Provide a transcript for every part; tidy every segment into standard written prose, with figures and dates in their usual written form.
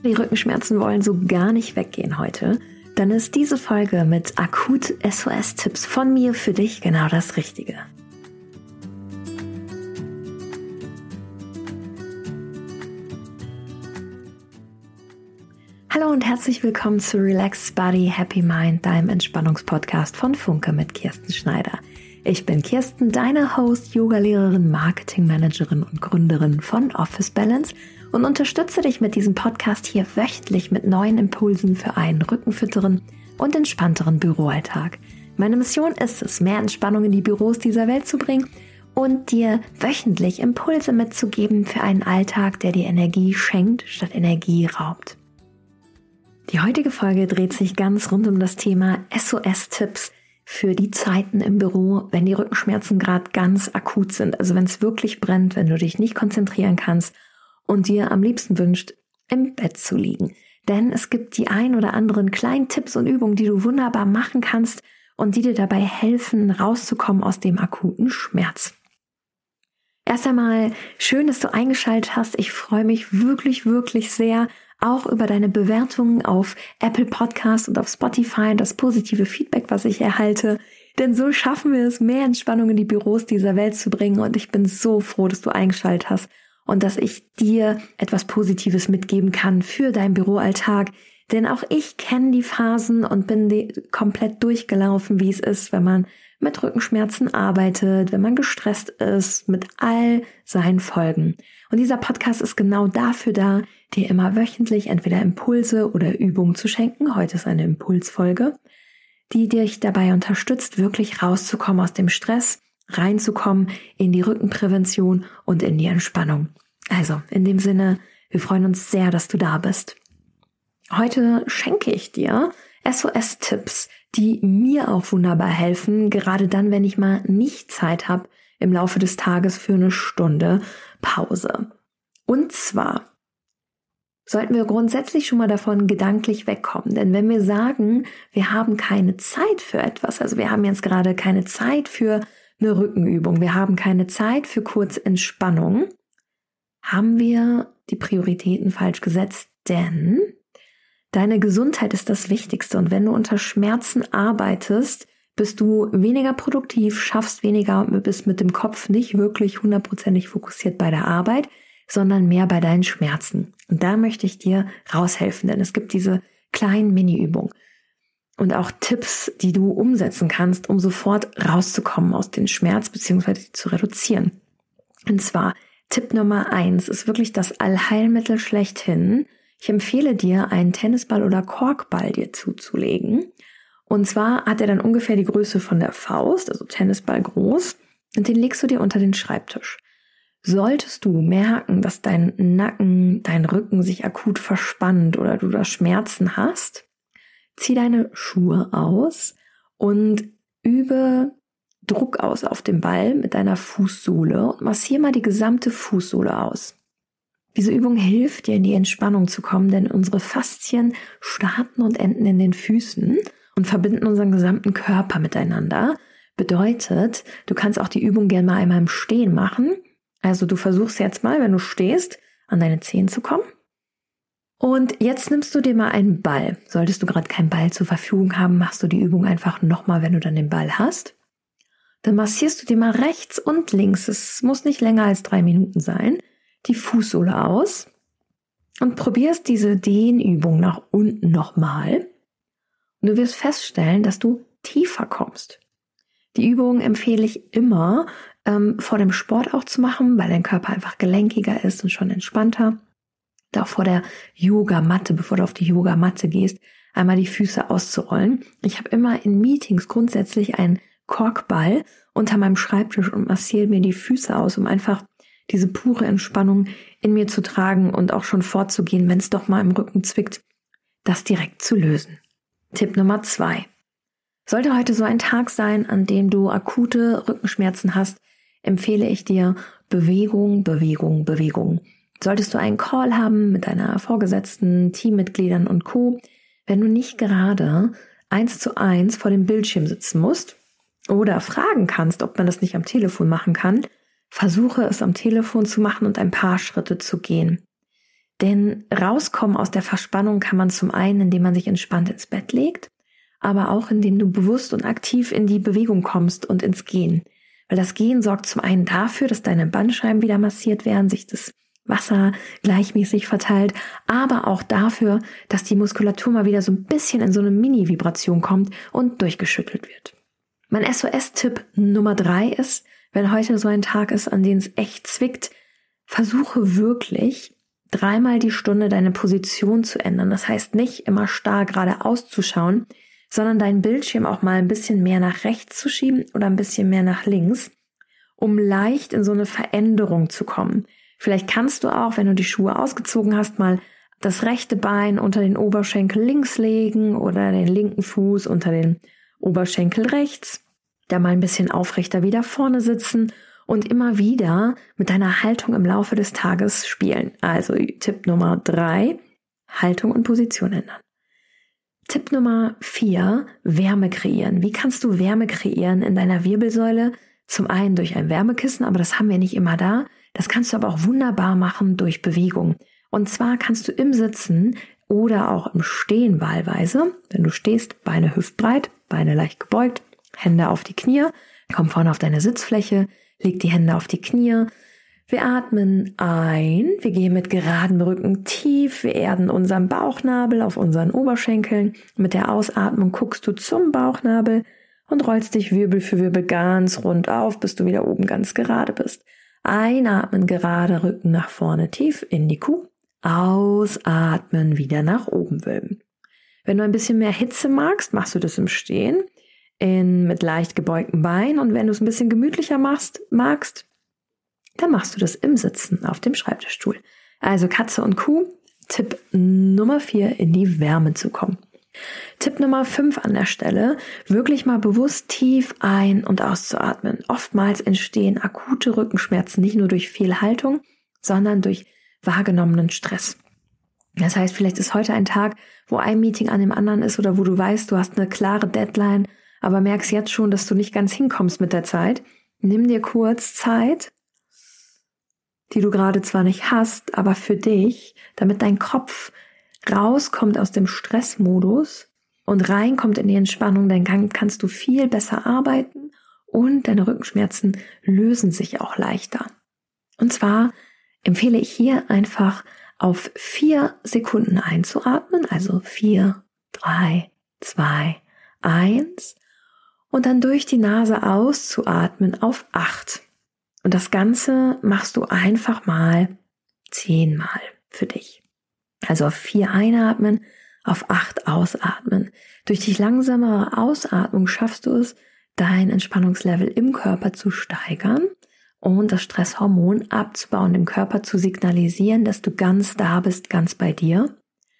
Die Rückenschmerzen wollen so gar nicht weggehen heute, dann ist diese Folge mit akut SOS-Tipps von mir für dich genau das Richtige. Hallo und herzlich willkommen zu Relaxed Body, Happy Mind, deinem Entspannungspodcast von Funke mit Kirsten Schneider. Ich bin Kirsten, deine Host, Yogalehrerin, Marketingmanagerin und Gründerin von Office Balance und unterstütze dich mit diesem Podcast hier wöchentlich mit neuen Impulsen für einen rückenfitteren und entspannteren Büroalltag. Meine Mission ist es, mehr Entspannung in die Büros dieser Welt zu bringen und dir wöchentlich Impulse mitzugeben für einen Alltag, der dir Energie schenkt, statt Energie raubt. Die heutige Folge dreht sich ganz rund um das Thema SOS-Tipps für die Zeiten im Büro, wenn die Rückenschmerzen gerade ganz akut sind. Also wenn es wirklich brennt, wenn du dich nicht konzentrieren kannst und dir am liebsten wünscht, im Bett zu liegen. Denn es gibt die ein oder anderen kleinen Tipps und Übungen, die du wunderbar machen kannst und die dir dabei helfen, rauszukommen aus dem akuten Schmerz. Erst einmal schön, dass du eingeschaltet hast. Ich freue mich wirklich, wirklich sehr, auch über deine Bewertungen auf Apple Podcasts und auf Spotify und das positive Feedback, was ich erhalte. Denn so schaffen wir es, mehr Entspannung in die Büros dieser Welt zu bringen. Und ich bin so froh, dass du eingeschaltet hast und dass ich dir etwas Positives mitgeben kann für deinen Büroalltag. Denn auch ich kenne die Phasen und bin komplett durchgelaufen, wie es ist, wenn man mit Rückenschmerzen arbeitet, wenn man gestresst ist, mit all seinen Folgen. Und dieser Podcast ist genau dafür da, dir immer wöchentlich entweder Impulse oder Übungen zu schenken. Heute ist eine Impulsfolge, die dich dabei unterstützt, wirklich rauszukommen aus dem Stress, reinzukommen in die Rückenprävention und in die Entspannung. Also, in dem Sinne, wir freuen uns sehr, dass du da bist. Heute schenke ich dir SOS-Tipps, die mir auch wunderbar helfen, gerade dann, wenn ich mal nicht Zeit habe im Laufe des Tages für eine Stunde Pause. Und zwar sollten wir grundsätzlich schon mal davon gedanklich wegkommen. Denn wenn wir sagen, wir haben keine Zeit für etwas, also wir haben jetzt gerade keine Zeit für eine Rückenübung, wir haben keine Zeit für kurz Entspannung, haben wir die Prioritäten falsch gesetzt, denn deine Gesundheit ist das Wichtigste. Und wenn du unter Schmerzen arbeitest, bist du weniger produktiv, schaffst weniger und bist mit dem Kopf nicht wirklich 100% fokussiert bei der Arbeit, sondern mehr bei deinen Schmerzen. Und da möchte ich dir raushelfen, denn es gibt diese kleinen Mini-Übungen und auch Tipps, die du umsetzen kannst, um sofort rauszukommen aus dem Schmerz bzw. zu reduzieren. Und zwar Tipp Nummer 1 ist wirklich das Allheilmittel schlechthin. Ich empfehle dir, einen Tennisball oder Korkball dir zuzulegen. Und zwar hat er dann ungefähr die Größe von der Faust, also Tennisball groß, und den legst du dir unter den Schreibtisch. Solltest du merken, dass dein Nacken, dein Rücken sich akut verspannt oder du da Schmerzen hast, zieh deine Schuhe aus und übe Druck aus auf den Ball mit deiner Fußsohle und massier mal die gesamte Fußsohle aus. Diese Übung hilft dir, in die Entspannung zu kommen, denn unsere Faszien starten und enden in den Füßen und verbinden unseren gesamten Körper miteinander. Bedeutet, du kannst auch die Übung gerne mal einmal im Stehen machen. Also du versuchst jetzt mal, wenn du stehst, an deine Zehen zu kommen. Und jetzt nimmst du dir mal einen Ball. Solltest du gerade keinen Ball zur Verfügung haben, machst du die Übung einfach nochmal, wenn du dann den Ball hast. Dann massierst du dir mal rechts und links, es muss nicht länger als 3 Minuten sein, die Fußsohle aus und probierst diese Dehnübung nach unten nochmal. Und du wirst feststellen, dass du tiefer kommst. Die Übung empfehle ich immer vor dem Sport auch zu machen, weil dein Körper einfach gelenkiger ist und schon entspannter. Und auch vor der Yogamatte, bevor du auf die Yogamatte gehst, einmal die Füße auszurollen. Ich habe immer in Meetings grundsätzlich einen Korkball unter meinem Schreibtisch und massiere mir die Füße aus, um einfach diese pure Entspannung in mir zu tragen und auch schon vorzugehen, wenn es doch mal im Rücken zwickt, das direkt zu lösen. Tipp Nummer 2. Sollte heute so ein Tag sein, an dem du akute Rückenschmerzen hast, empfehle ich dir Bewegung, Bewegung, Bewegung. Solltest du einen Call haben mit deiner Vorgesetzten, Teammitgliedern und Co., wenn du nicht gerade 1:1 vor dem Bildschirm sitzen musst oder fragen kannst, ob man das nicht am Telefon machen kann, versuche es am Telefon zu machen und ein paar Schritte zu gehen. Denn rauskommen aus der Verspannung kann man zum einen, indem man sich entspannt ins Bett legt, aber auch indem du bewusst und aktiv in die Bewegung kommst und ins Gehen. Weil das Gehen sorgt zum einen dafür, dass deine Bandscheiben wieder massiert werden, sich das Wasser gleichmäßig verteilt, aber auch dafür, dass die Muskulatur mal wieder so ein bisschen in so eine Mini-Vibration kommt und durchgeschüttelt wird. Mein SOS-Tipp Nummer 3 ist, wenn heute so ein Tag ist, an dem es echt zwickt, versuche wirklich 3-mal die Stunde deine Position zu ändern. Das heißt nicht immer starr geradeaus zu schauen, sondern deinen Bildschirm auch mal ein bisschen mehr nach rechts zu schieben oder ein bisschen mehr nach links, um leicht in so eine Veränderung zu kommen. Vielleicht kannst du auch, wenn du die Schuhe ausgezogen hast, mal das rechte Bein unter den Oberschenkel links legen oder den linken Fuß unter den Oberschenkel rechts, da mal ein bisschen aufrechter wieder vorne sitzen und immer wieder mit deiner Haltung im Laufe des Tages spielen. Also Tipp Nummer 3, Haltung und Position ändern. Tipp Nummer 4, Wärme kreieren. Wie kannst du Wärme kreieren in deiner Wirbelsäule? Zum einen durch ein Wärmekissen, aber das haben wir nicht immer da. Das kannst du aber auch wunderbar machen durch Bewegung. Und zwar kannst du im Sitzen oder auch im Stehen wahlweise, wenn du stehst, Beine hüftbreit, Beine leicht gebeugt, Hände auf die Knie, komm vorne auf deine Sitzfläche, leg die Hände auf die Knie. Wir atmen ein, wir gehen mit geradem Rücken tief, wir erden unseren Bauchnabel auf unseren Oberschenkeln. Mit der Ausatmung guckst du zum Bauchnabel und rollst dich Wirbel für Wirbel ganz rund auf, bis du wieder oben ganz gerade bist. Einatmen, gerade Rücken nach vorne tief in die Kuh. Ausatmen, wieder nach oben wölben. Wenn du ein bisschen mehr Hitze magst, machst du das im Stehen mit leicht gebeugten Beinen. Und wenn du es ein bisschen gemütlicher magst, dann machst du das im Sitzen auf dem Schreibtischstuhl. Also Katze und Kuh, Tipp Nummer 4, in die Wärme zu kommen. Tipp Nummer 5 an der Stelle, wirklich mal bewusst tief ein- und auszuatmen. Oftmals entstehen akute Rückenschmerzen, nicht nur durch Fehlhaltung, sondern durch wahrgenommenen Stress. Das heißt, vielleicht ist heute ein Tag, wo ein Meeting an dem anderen ist oder wo du weißt, du hast eine klare Deadline, aber merkst jetzt schon, dass du nicht ganz hinkommst mit der Zeit. Nimm dir kurz Zeit, die du gerade zwar nicht hast, aber für dich, damit dein Kopf rauskommt aus dem Stressmodus und reinkommt in die Entspannung, dann kannst du viel besser arbeiten und deine Rückenschmerzen lösen sich auch leichter. Und zwar empfehle ich hier einfach auf 4 Sekunden einzuatmen, also 4, 3, 2, 1 und dann durch die Nase auszuatmen auf 8. Und das Ganze machst du einfach mal 10 Mal für dich. Also auf 4 einatmen, auf 8 ausatmen. Durch die langsamere Ausatmung schaffst du es, dein Entspannungslevel im Körper zu steigern und das Stresshormon abzubauen, dem Körper zu signalisieren, dass du ganz da bist, ganz bei dir.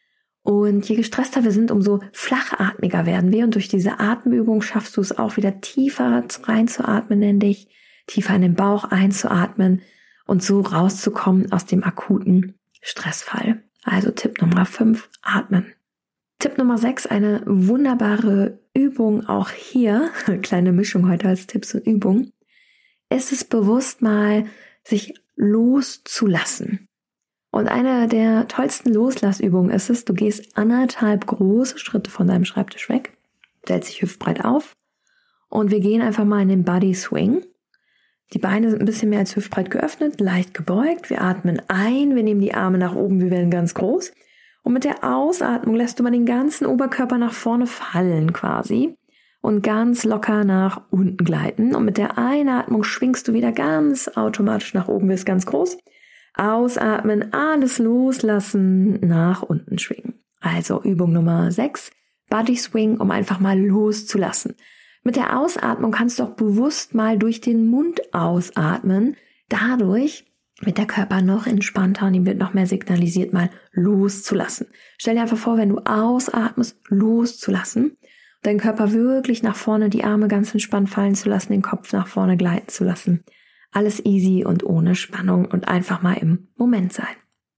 Und je gestresster wir sind, umso flachatmiger werden wir. Und durch diese Atemübung schaffst du es auch wieder tiefer reinzuatmen in dich, tiefer in den Bauch einzuatmen und so rauszukommen aus dem akuten Stressfall. Also Tipp Nummer 5, atmen. Tipp Nummer 6, eine wunderbare Übung, auch hier, kleine Mischung heute als Tipps und Übung, ist es bewusst mal, sich loszulassen. Und eine der tollsten Loslassübungen ist es, du gehst 1,5 große Schritte von deinem Schreibtisch weg, stellst dich hüftbreit auf und wir gehen einfach mal in den Body Swing. Die Beine sind ein bisschen mehr als hüftbreit geöffnet, leicht gebeugt. Wir atmen ein, wir nehmen die Arme nach oben, wir werden ganz groß. Und mit der Ausatmung lässt du mal den ganzen Oberkörper nach vorne fallen quasi und ganz locker nach unten gleiten. Und mit der Einatmung schwingst du wieder ganz automatisch nach oben, wirst ganz groß. Ausatmen, alles loslassen, nach unten schwingen. Also Übung Nummer 6, Body Swing, um einfach mal loszulassen. Mit der Ausatmung kannst du auch bewusst mal durch den Mund ausatmen. Dadurch wird der Körper noch entspannter und ihm wird noch mehr signalisiert, mal loszulassen. Stell dir einfach vor, wenn du ausatmest, loszulassen, deinen Körper wirklich nach vorne, die Arme ganz entspannt fallen zu lassen, den Kopf nach vorne gleiten zu lassen. Alles easy und ohne Spannung und einfach mal im Moment sein.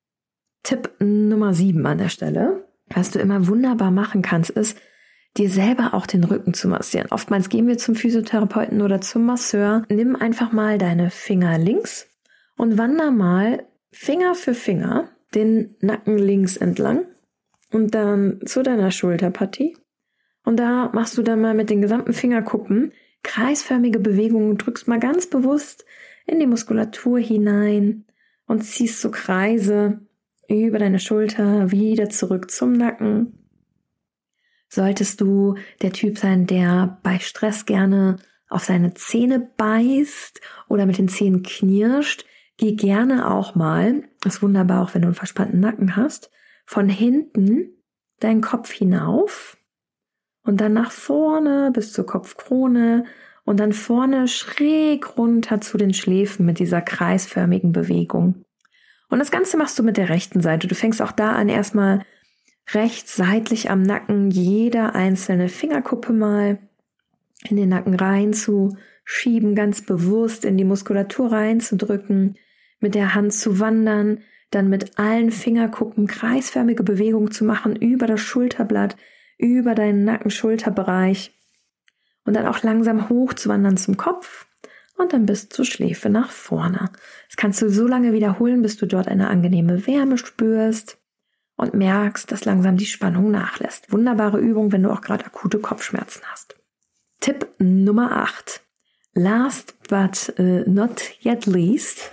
Tipp Nummer 7 an der Stelle, was du immer wunderbar machen kannst, ist, dir selber auch den Rücken zu massieren. Oftmals gehen wir zum Physiotherapeuten oder zum Masseur. Nimm einfach mal deine Finger links und wander mal Finger für Finger den Nacken links entlang und dann zu deiner Schulterpartie. Und da machst du dann mal mit den gesamten Fingerkuppen kreisförmige Bewegungen und drückst mal ganz bewusst in die Muskulatur hinein und ziehst so Kreise über deine Schulter wieder zurück zum Nacken. Solltest du der Typ sein, der bei Stress gerne auf seine Zähne beißt oder mit den Zähnen knirscht, geh gerne auch mal, das ist wunderbar auch wenn du einen verspannten Nacken hast, von hinten deinen Kopf hinauf und dann nach vorne bis zur Kopfkrone und dann vorne schräg runter zu den Schläfen mit dieser kreisförmigen Bewegung. Und das Ganze machst du mit der rechten Seite. Du fängst auch da an, erstmal rechts seitlich am Nacken jeder einzelne Fingerkuppe mal in den Nacken reinzuschieben, ganz bewusst in die Muskulatur reinzudrücken, mit der Hand zu wandern, dann mit allen Fingerkuppen kreisförmige Bewegungen zu machen über das Schulterblatt, über deinen Nacken-Schulterbereich und dann auch langsam hochzuwandern zum Kopf und dann bis zur Schläfe nach vorne. Das kannst du so lange wiederholen, bis du dort eine angenehme Wärme spürst und merkst, dass langsam die Spannung nachlässt. Wunderbare Übung, wenn du auch gerade akute Kopfschmerzen hast. Tipp Nummer 8. Last but not yet least.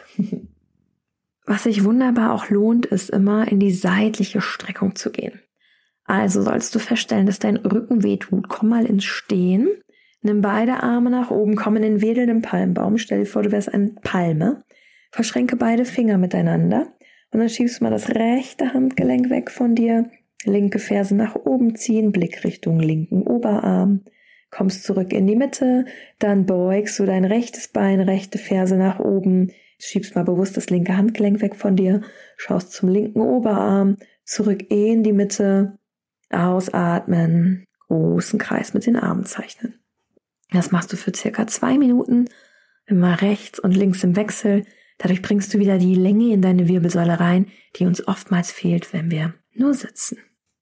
Was sich wunderbar auch lohnt, ist immer in die seitliche Streckung zu gehen. Also sollst du feststellen, dass dein Rücken wehtut. Komm mal ins Stehen, nimm beide Arme nach oben, komm in den wedelnden Palmbaum. Stell dir vor, du wärst eine Palme. Verschränke beide Finger miteinander und dann schiebst du mal das rechte Handgelenk weg von dir. Linke Ferse nach oben ziehen, Blick Richtung linken Oberarm. Kommst zurück in die Mitte, dann beugst du dein rechtes Bein, rechte Ferse nach oben. Schiebst mal bewusst das linke Handgelenk weg von dir, schaust zum linken Oberarm, zurück in die Mitte, ausatmen, großen Kreis mit den Armen zeichnen. Das machst du für circa 2 Minuten, immer rechts und links im Wechsel. Dadurch bringst du wieder die Länge in deine Wirbelsäule rein, die uns oftmals fehlt, wenn wir nur sitzen.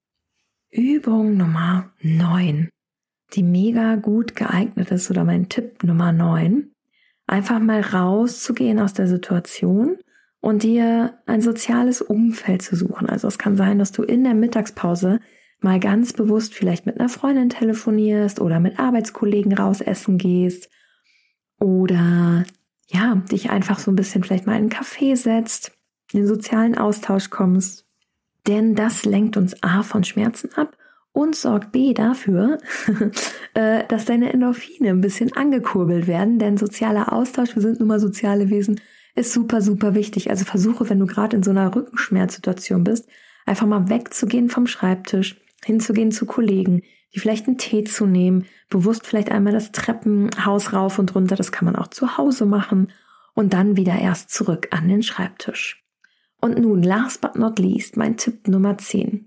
Übung Nummer 9, die mega gut geeignet ist, oder mein Tipp Nummer 9, einfach mal rauszugehen aus der Situation und dir ein soziales Umfeld zu suchen. Also es kann sein, dass du in der Mittagspause mal ganz bewusst vielleicht mit einer Freundin telefonierst oder mit Arbeitskollegen raus essen gehst oder ja, dich einfach so ein bisschen vielleicht mal in einen Café setzt, in den sozialen Austausch kommst. Denn das lenkt uns A von Schmerzen ab und sorgt B dafür, dass deine Endorphine ein bisschen angekurbelt werden, denn sozialer Austausch, wir sind nun mal soziale Wesen, ist super, super wichtig. Also versuche, wenn du gerade in so einer Rückenschmerzsituation bist, einfach mal wegzugehen vom Schreibtisch, hinzugehen zu Kollegen, die vielleicht einen Tee zu nehmen, bewusst vielleicht einmal das Treppenhaus rauf und runter, das kann man auch zu Hause machen und dann wieder erst zurück an den Schreibtisch. Und nun, last but not least, mein Tipp Nummer 10.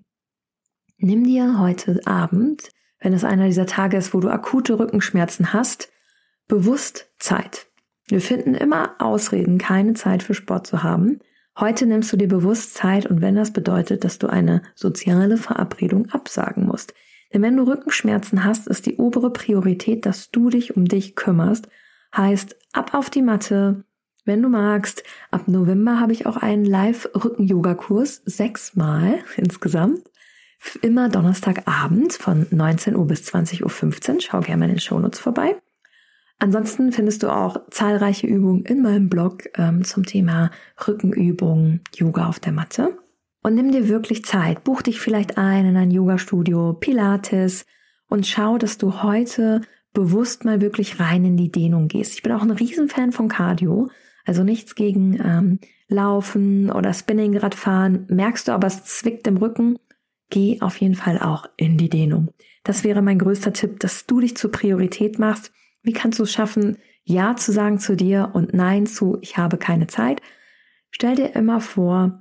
Nimm dir heute Abend, wenn es einer dieser Tage ist, wo du akute Rückenschmerzen hast, bewusst Zeit. Wir finden immer Ausreden, keine Zeit für Sport zu haben. Heute nimmst du dir bewusst Zeit und wenn das bedeutet, dass du eine soziale Verabredung absagen musst. Denn wenn du Rückenschmerzen hast, ist die obere Priorität, dass du dich um dich kümmerst. Heißt, ab auf die Matte. Wenn du magst, ab November habe ich auch einen Live-Rücken-Yoga-Kurs, 6-mal insgesamt. Immer Donnerstagabend von 19 Uhr bis 20.15 Uhr. Schau gerne mal in den Shownotes vorbei. Ansonsten findest du auch zahlreiche Übungen in meinem Blog zum Thema Rückenübungen, Yoga auf der Matte. Und nimm dir wirklich Zeit. Buch dich vielleicht ein in ein Yoga-Studio, Pilates und schau, dass du heute bewusst mal wirklich rein in die Dehnung gehst. Ich bin auch ein Riesenfan von Cardio, also nichts gegen Laufen oder Spinningrad fahren. Merkst du aber, es zwickt im Rücken, geh auf jeden Fall auch in die Dehnung. Das wäre mein größter Tipp, dass du dich zur Priorität machst. Wie kannst du es schaffen, Ja zu sagen zu dir und Nein zu ich habe keine Zeit? Stell dir immer vor,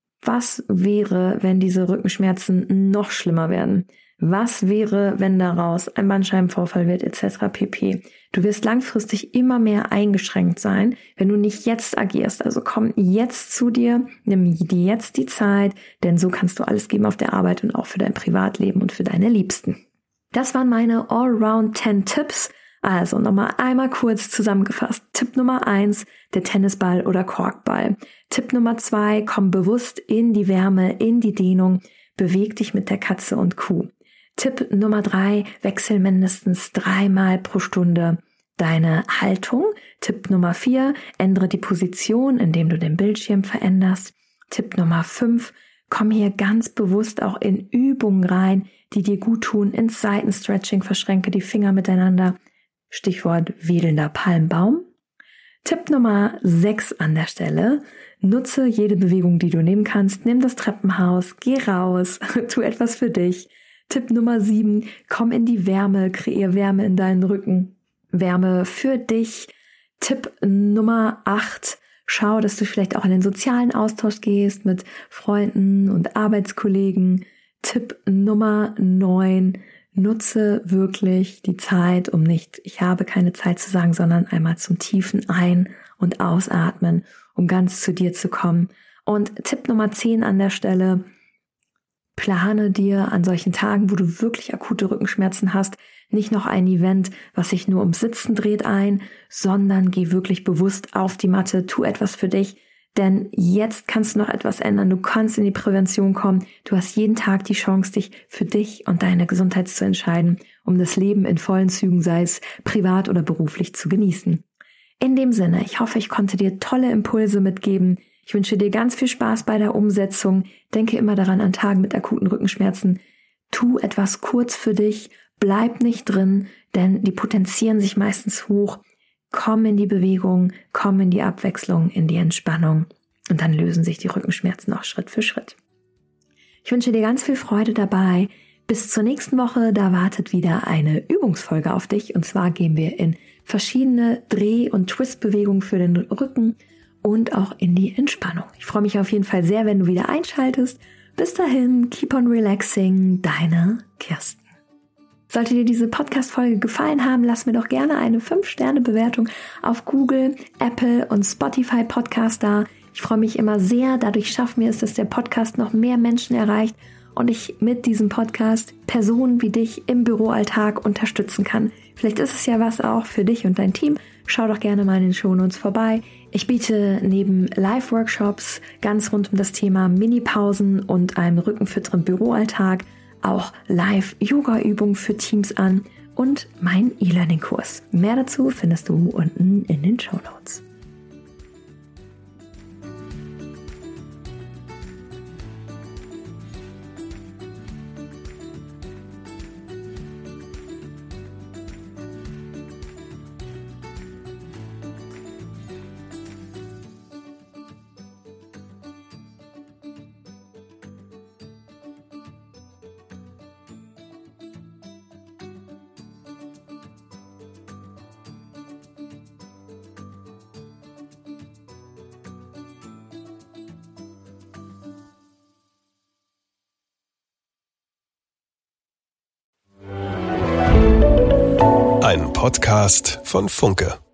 was wäre, wenn diese Rückenschmerzen noch schlimmer werden? Was wäre, wenn daraus ein Bandscheibenvorfall wird etc. pp. Du wirst langfristig immer mehr eingeschränkt sein, wenn du nicht jetzt agierst. Also komm jetzt zu dir, nimm dir jetzt die Zeit, denn so kannst du alles geben auf der Arbeit und auch für dein Privatleben und für deine Liebsten. Das waren meine Allround 10 Tipps Also nochmal einmal kurz zusammengefasst. Tipp Nummer 1, der Tennisball oder Korkball. Tipp Nummer 2, komm bewusst in die Wärme, in die Dehnung, beweg dich mit der Katze und Kuh. Tipp Nummer 3, wechsel mindestens 3-mal pro Stunde deine Haltung. Tipp Nummer 4, ändere die Position, indem du den Bildschirm veränderst. Tipp Nummer 5, komm hier ganz bewusst auch in Übungen rein, die dir gut tun, ins Seitenstretching, verschränke die Finger miteinander. Stichwort wedelnder Palmbaum. Tipp Nummer 6 an der Stelle, nutze jede Bewegung, die du nehmen kannst. Nimm das Treppenhaus, geh raus, tu etwas für dich. Tipp Nummer 7, komm in die Wärme, kreier Wärme in deinen Rücken, Wärme für dich. Tipp Nummer 8, schau, dass du vielleicht auch in den sozialen Austausch gehst mit Freunden und Arbeitskollegen. Tipp Nummer 9, nutze wirklich die Zeit, um nicht, ich habe keine Zeit zu sagen, sondern einmal zum tiefen Ein- und Ausatmen, um ganz zu dir zu kommen. Und Tipp Nummer 10 an der Stelle, plane dir an solchen Tagen, wo du wirklich akute Rückenschmerzen hast, nicht noch ein Event, was sich nur ums Sitzen dreht ein, sondern geh wirklich bewusst auf die Matte, tu etwas für dich, denn jetzt kannst du noch etwas ändern, du kannst in die Prävention kommen, du hast jeden Tag die Chance, dich für dich und deine Gesundheit zu entscheiden, um das Leben in vollen Zügen, sei es privat oder beruflich, zu genießen. In dem Sinne, ich hoffe, ich konnte dir tolle Impulse mitgeben. Ich wünsche dir ganz viel Spaß bei der Umsetzung. Denke immer daran, an Tagen mit akuten Rückenschmerzen, tu etwas kurz für dich, bleib nicht drin, denn die potenzieren sich meistens hoch. Komm in die Bewegung, komm in die Abwechslung, in die Entspannung und dann lösen sich die Rückenschmerzen auch Schritt für Schritt. Ich wünsche dir ganz viel Freude dabei. Bis zur nächsten Woche, da wartet wieder eine Übungsfolge auf dich und zwar gehen wir in verschiedene Dreh- und Twist-Bewegungen für den Rücken und auch in die Entspannung. Ich freue mich auf jeden Fall sehr, wenn du wieder einschaltest. Bis dahin, keep on relaxing, deine Kirsten. Sollte dir diese Podcast-Folge gefallen haben, lass mir doch gerne eine 5-Sterne-Bewertung auf Google, Apple und Spotify Podcast da. Ich freue mich immer sehr. Dadurch schaffen wir es, dass der Podcast noch mehr Menschen erreicht und ich mit diesem Podcast Personen wie dich im Büroalltag unterstützen kann. Vielleicht ist es ja was auch für dich und dein Team. Schau doch gerne mal in den Shownotes vorbei. Ich biete neben Live-Workshops ganz rund um das Thema Mini-Pausen und einem rückenfitteren Büroalltag auch Live-Yoga-Übungen für Teams an und meinen E-Learning-Kurs. Mehr dazu findest du unten in den Shownotes. Ein Podcast von Funke.